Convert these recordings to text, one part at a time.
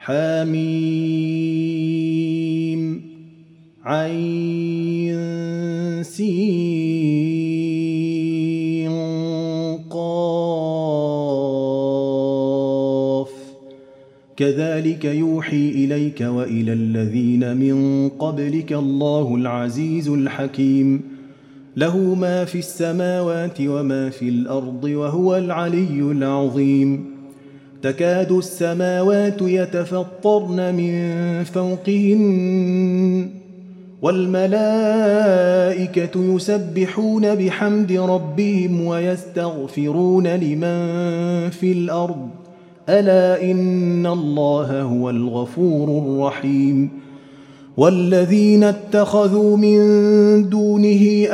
حميم عين سين قاف كذلك يوحي إليك وإلى الذين من قبلك الله العزيز الحكيم له ما في السماوات وما في الأرض وهو العلي العظيم تكاد السماوات يتفطرن من فوقهن والملائكة يسبحون بحمد ربهم ويستغفرون لمن في الأرض ألا إن الله هو الغفور الرحيم والذين اتخذوا من دونه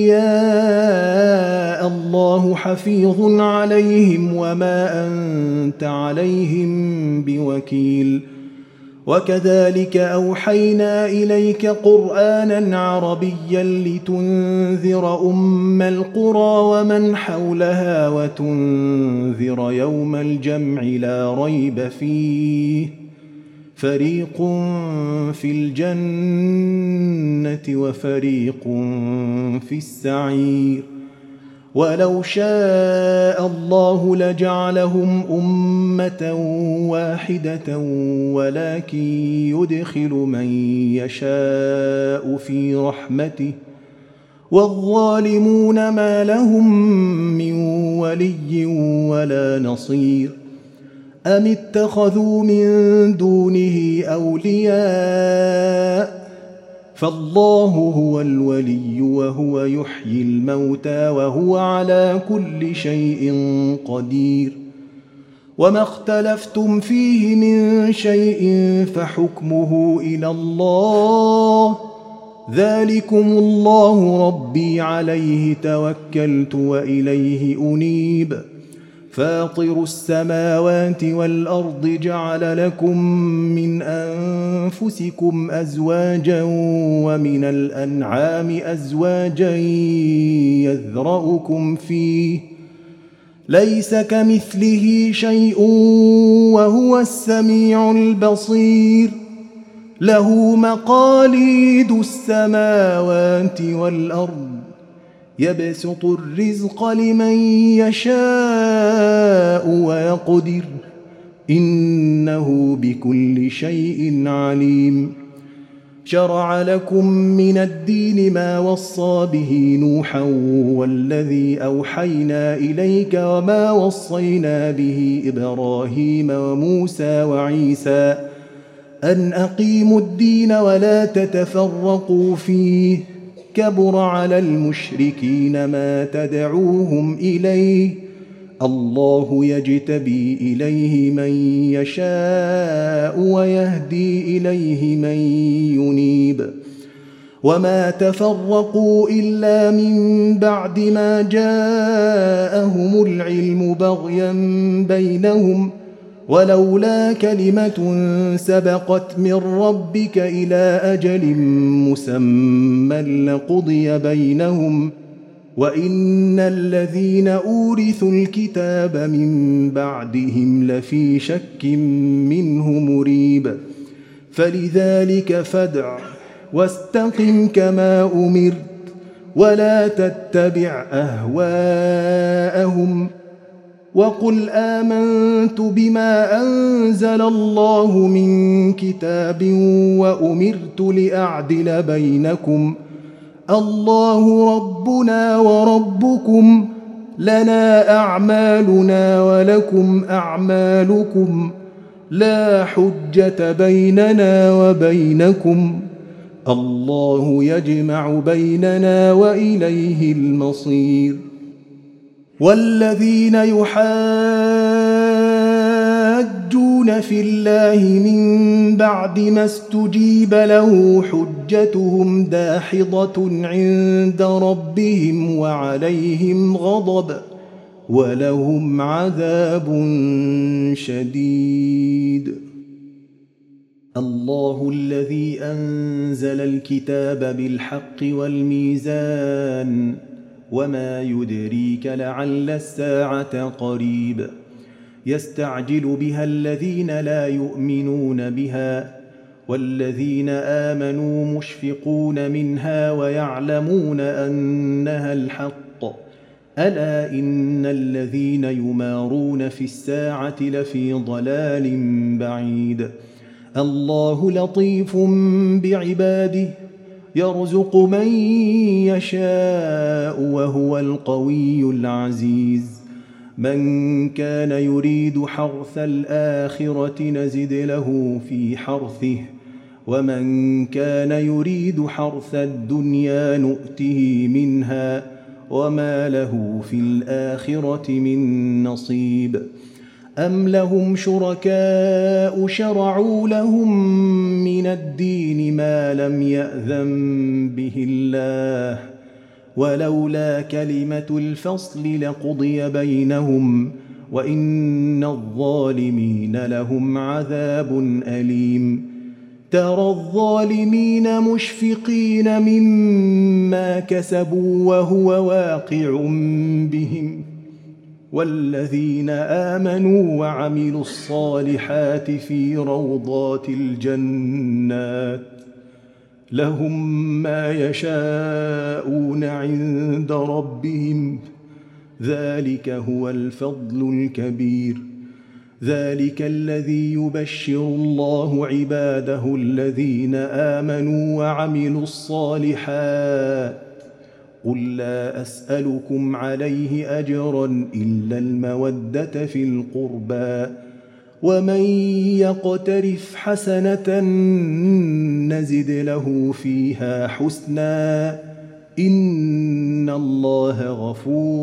أولياء الله حفيظ عليهم وما أنت عليهم بوكيل وكذلك أوحينا إليك قرآنا عربيا لتنذر أم القرى ومن حولها وتنذر يوم الجمع لا ريب فيه فريق في الجنة وفريق في السعير ولو شاء الله لجعلهم أمة واحدة ولكن يدخل من يشاء في رحمته والظالمون ما لهم من ولي ولا نصير أم اتخذوا من دونه أولياء فالله هو الولي وهو يحيي الموتى وهو على كل شيء قدير وما اختلفتم فيه من شيء فحكمه إلى الله ذلكم الله ربي عليه توكلت وإليه أنيب فاطر السماوات والأرض جعل لكم من أنفسكم أزواجا ومن الأنعام أزواجا يذرأكم فيه ليس كمثله شيء وهو السميع البصير له مقاليد السماوات والأرض يبسط الرزق لمن يشاء ويقدر إنه بكل شيء عليم شرع لكم من الدين ما وصى به نوحا والذي أوحينا إليك وما وصينا به إبراهيم وموسى وعيسى أن أقيموا الدين ولا تتفرقوا فيه كبر على المشركين ما تدعوهم إليه الله يجتبي إليه من يشاء ويهدي إليه من ينيب وما تفرقوا إلا من بعد ما جاءهم العلم بغيا بينهم ولولا كلمة سبقت من ربك إلى أجل مسمى لقضي بينهم وإن الذين أورثوا الكتاب من بعدهم لفي شك منه مريب فلذلك فادع واستقم كما أمرت ولا تتبع أهواءهم وقل آمنت بما أنزل الله من كتاب وأمرت لأعدل بينكم الله ربنا وربكم لنا أعمالنا ولكم أعمالكم لا حجة بيننا وبينكم الله يجمع بيننا وإليه المصير والذين يحاجون في الله من بعد ما استجيب له حجتهم داحضة عند ربهم وعليهم غضب ولهم عذاب شديد الله الذي أنزل الكتاب بالحق والميزان وما يدريك لعل الساعة قريب يستعجل بها الذين لا يؤمنون بها، والذين آمنوا مشفقون منها ويعلمون أنها الحق. ألا إن الذين يمارون في الساعة لفي ضلال بعيد. الله لطيف بعباده يرزق من يشاء وهو القوي العزيز. من كان يريد حرث الآخرة نزد له في حرثه، ومن كان يريد حرث الدنيا نؤته منها وما له في الآخرة من نصيب. أم لهم شركاء شرعوا لهم من الدين ما لم يأذن به الله، ولولا كلمة الفصل لقضي بينهم وإن الظالمين لهم عذاب أليم. ترى الظالمين مشفقين مما كسبوا وهو واقع بهم، والذين آمنوا وعملوا الصالحات في روضات الجنات لهم ما يشاءون عند ربهم، ذلك هو الفضل الكبير. ذلك الذي يبشر الله عباده الذين آمنوا وعملوا الصالحات. قل لا أسألكم عليه أجرا إلا المودة في القربى، ومن يقترف حسنة نزد له فيها حسنا، إن الله غفور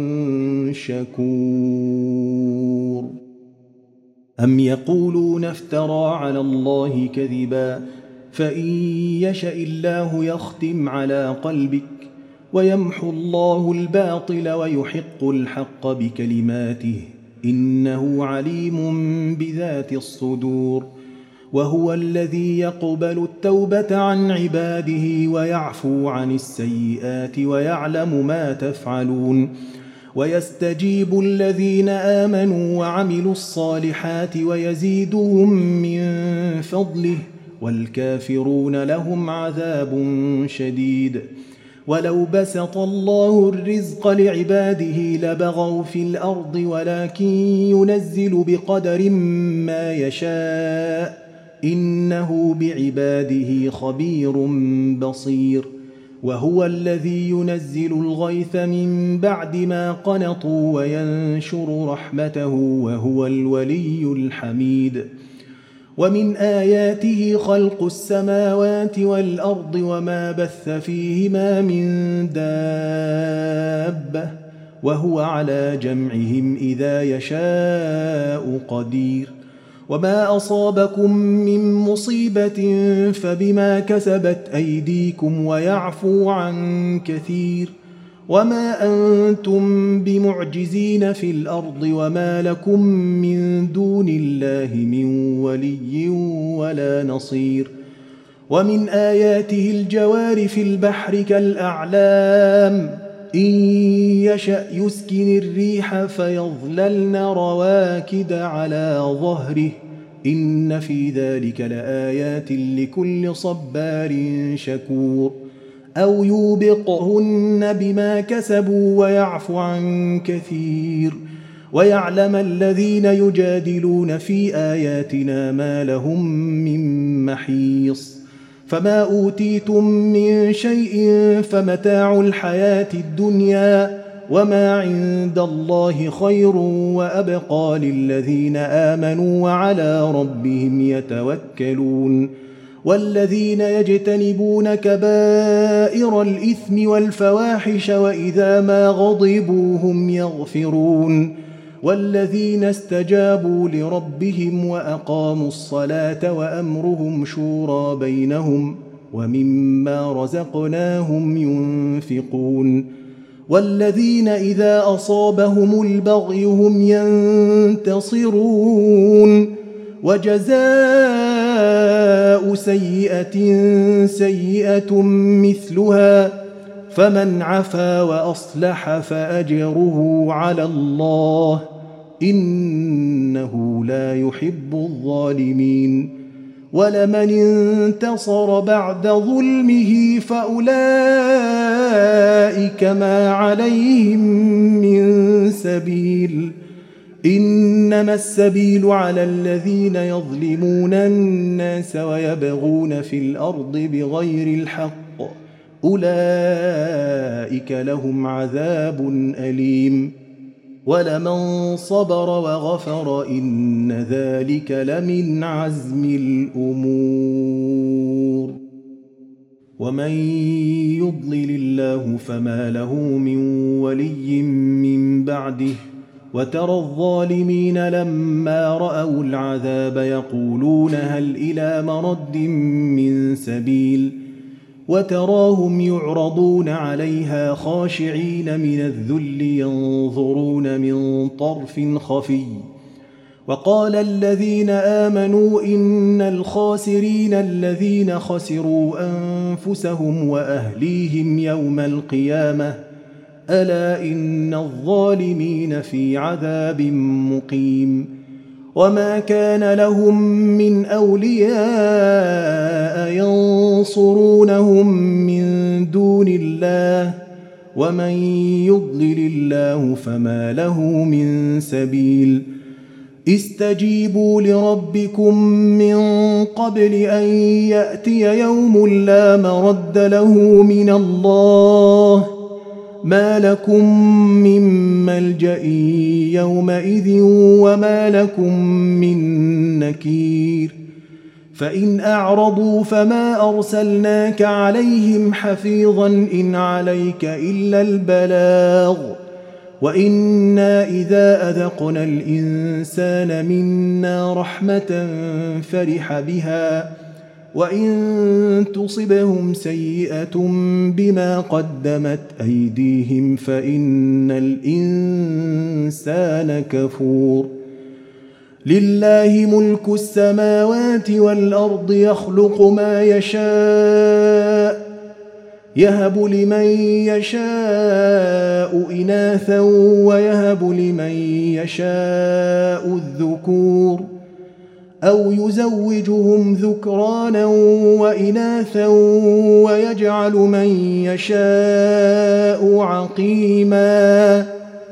شكور. أم يقولون افترى على الله كذبا، فإن يشأ الله يختم على قلبك ويمحو الله الباطل ويحق الحق بكلماته، إنه عليم بذات الصدور. وهو الذي يقبل التوبة عن عباده ويعفو عن السيئات ويعلم ما تفعلون، ويستجيب الذين آمنوا وعملوا الصالحات ويزيدهم من فضله، والكافرون لهم عذاب شديد. ولو بسط الله الرزق لعباده لبغوا في الأرض، ولكن ينزل بقدر ما يشاء، إنه بعباده خبير بصير. وهو الذي ينزل الغيث من بعد ما قنطوا وينشر رحمته، وهو الولي الحميد. ومن آياته خلق السماوات والأرض وما بث فيهما من دابة، وهو على جمعهم إذا يشاء قدير. وما أصابكم من مصيبة فبما كسبت أيديكم ويعفو عن كثير. وما أنتم بمعجزين في الأرض وما لكم من دون الله من ولي ولا نصير. ومن آياته الجوار في البحر كالأعلام، إن يشأ يسكن الريح فيظللن رواكد على ظهره، إن في ذلك لآيات لكل صبار شكور. أو يوبقهن بما كسبوا ويعفو عن كثير، ويعلم الذين يجادلون في آياتنا ما لهم من محيص. فما أوتيتم من شيء فمتاع الحياة الدنيا، وما عند الله خير وأبقى للذين آمنوا وعلى ربهم يتوكلون. والذين يجتنبون كبائر الإثم والفواحش وإذا ما غضبوا هم يغفرون. والذين استجابوا لربهم وأقاموا الصلاة وأمرهم شورى بينهم ومما رزقناهم ينفقون. والذين إذا أصابهم البغي هم ينتصرون. وجزاء سيئة سيئة مثلها، فمن عفا وأصلح فأجره على الله، إنه لا يحب الظالمين ولمن انتصر بعد ظلمه فأولئك ما عليهم من سبيل إنما السبيل على الذين يظلمون الناس ويبغون في الأرض بغير الحق أولئك لهم عذاب أليم ولمن صبر وغفر إن ذلك لمن عزم الأمور ومن يضلل الله فما له من ولي من بعده وترى الظالمين لما رأوا العذاب يقولون هل إلى مرد من سبيل وتراهم يعرضون عليها خاشعين من الذل ينظرون من طرف خفي وقال الذين آمنوا إن الخاسرين الذين خسروا أنفسهم وأهليهم يوم القيامة ألا إن الظالمين في عذاب مقيم وما كان لهم من أولياء ينصرونهم من دون الله ومن يضلل الله فما له من سبيل استجيبوا لربكم من قبل أن يأتي يوم لا مرد له من الله ما لكم من ملجأ يومئذ وما لكم من نكير فإن أعرضوا فما أرسلناك عليهم حفيظا إن عليك إلا البلاغ وإنا إذا أذقنا الإنسان منا رحمة فرح بها وإن تصبهم سيئة بما قدمت أيديهم فإن الإنسان كفور لله ملك السماوات والأرض يخلق ما يشاء يهب لمن يشاء إناثا ويهب لمن يشاء الذكور أو يزوجهم ذكرانا وإناثا ويجعل من يشاء عقيما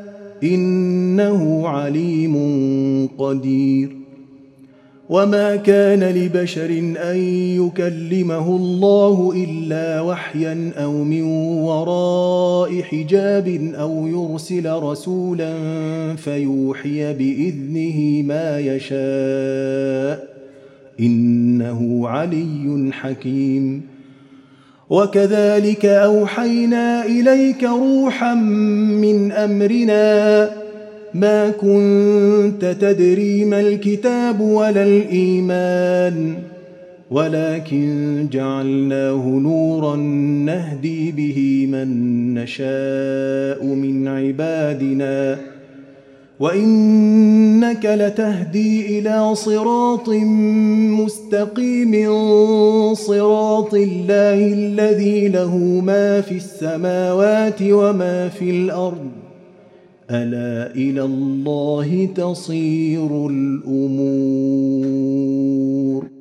إنه عليم قدير وما كان لبشر أن يكلمه الله إلا وحيا أو من وراء حجاب أو يرسل رسولا فيوحي بإذنه ما يشاء إنه علي حكيم وكذلك أوحينا إليك روحا من أمرنا ما كنت تدري ما الكتاب ولا الإيمان ولكن جعلناه نورا نهدي به من نشاء من عبادنا وإنك لتهدي إلى صراط مستقيم صراط الله الذي له ما في السماوات وما في الأرض ألا إلى الله تصير الأمور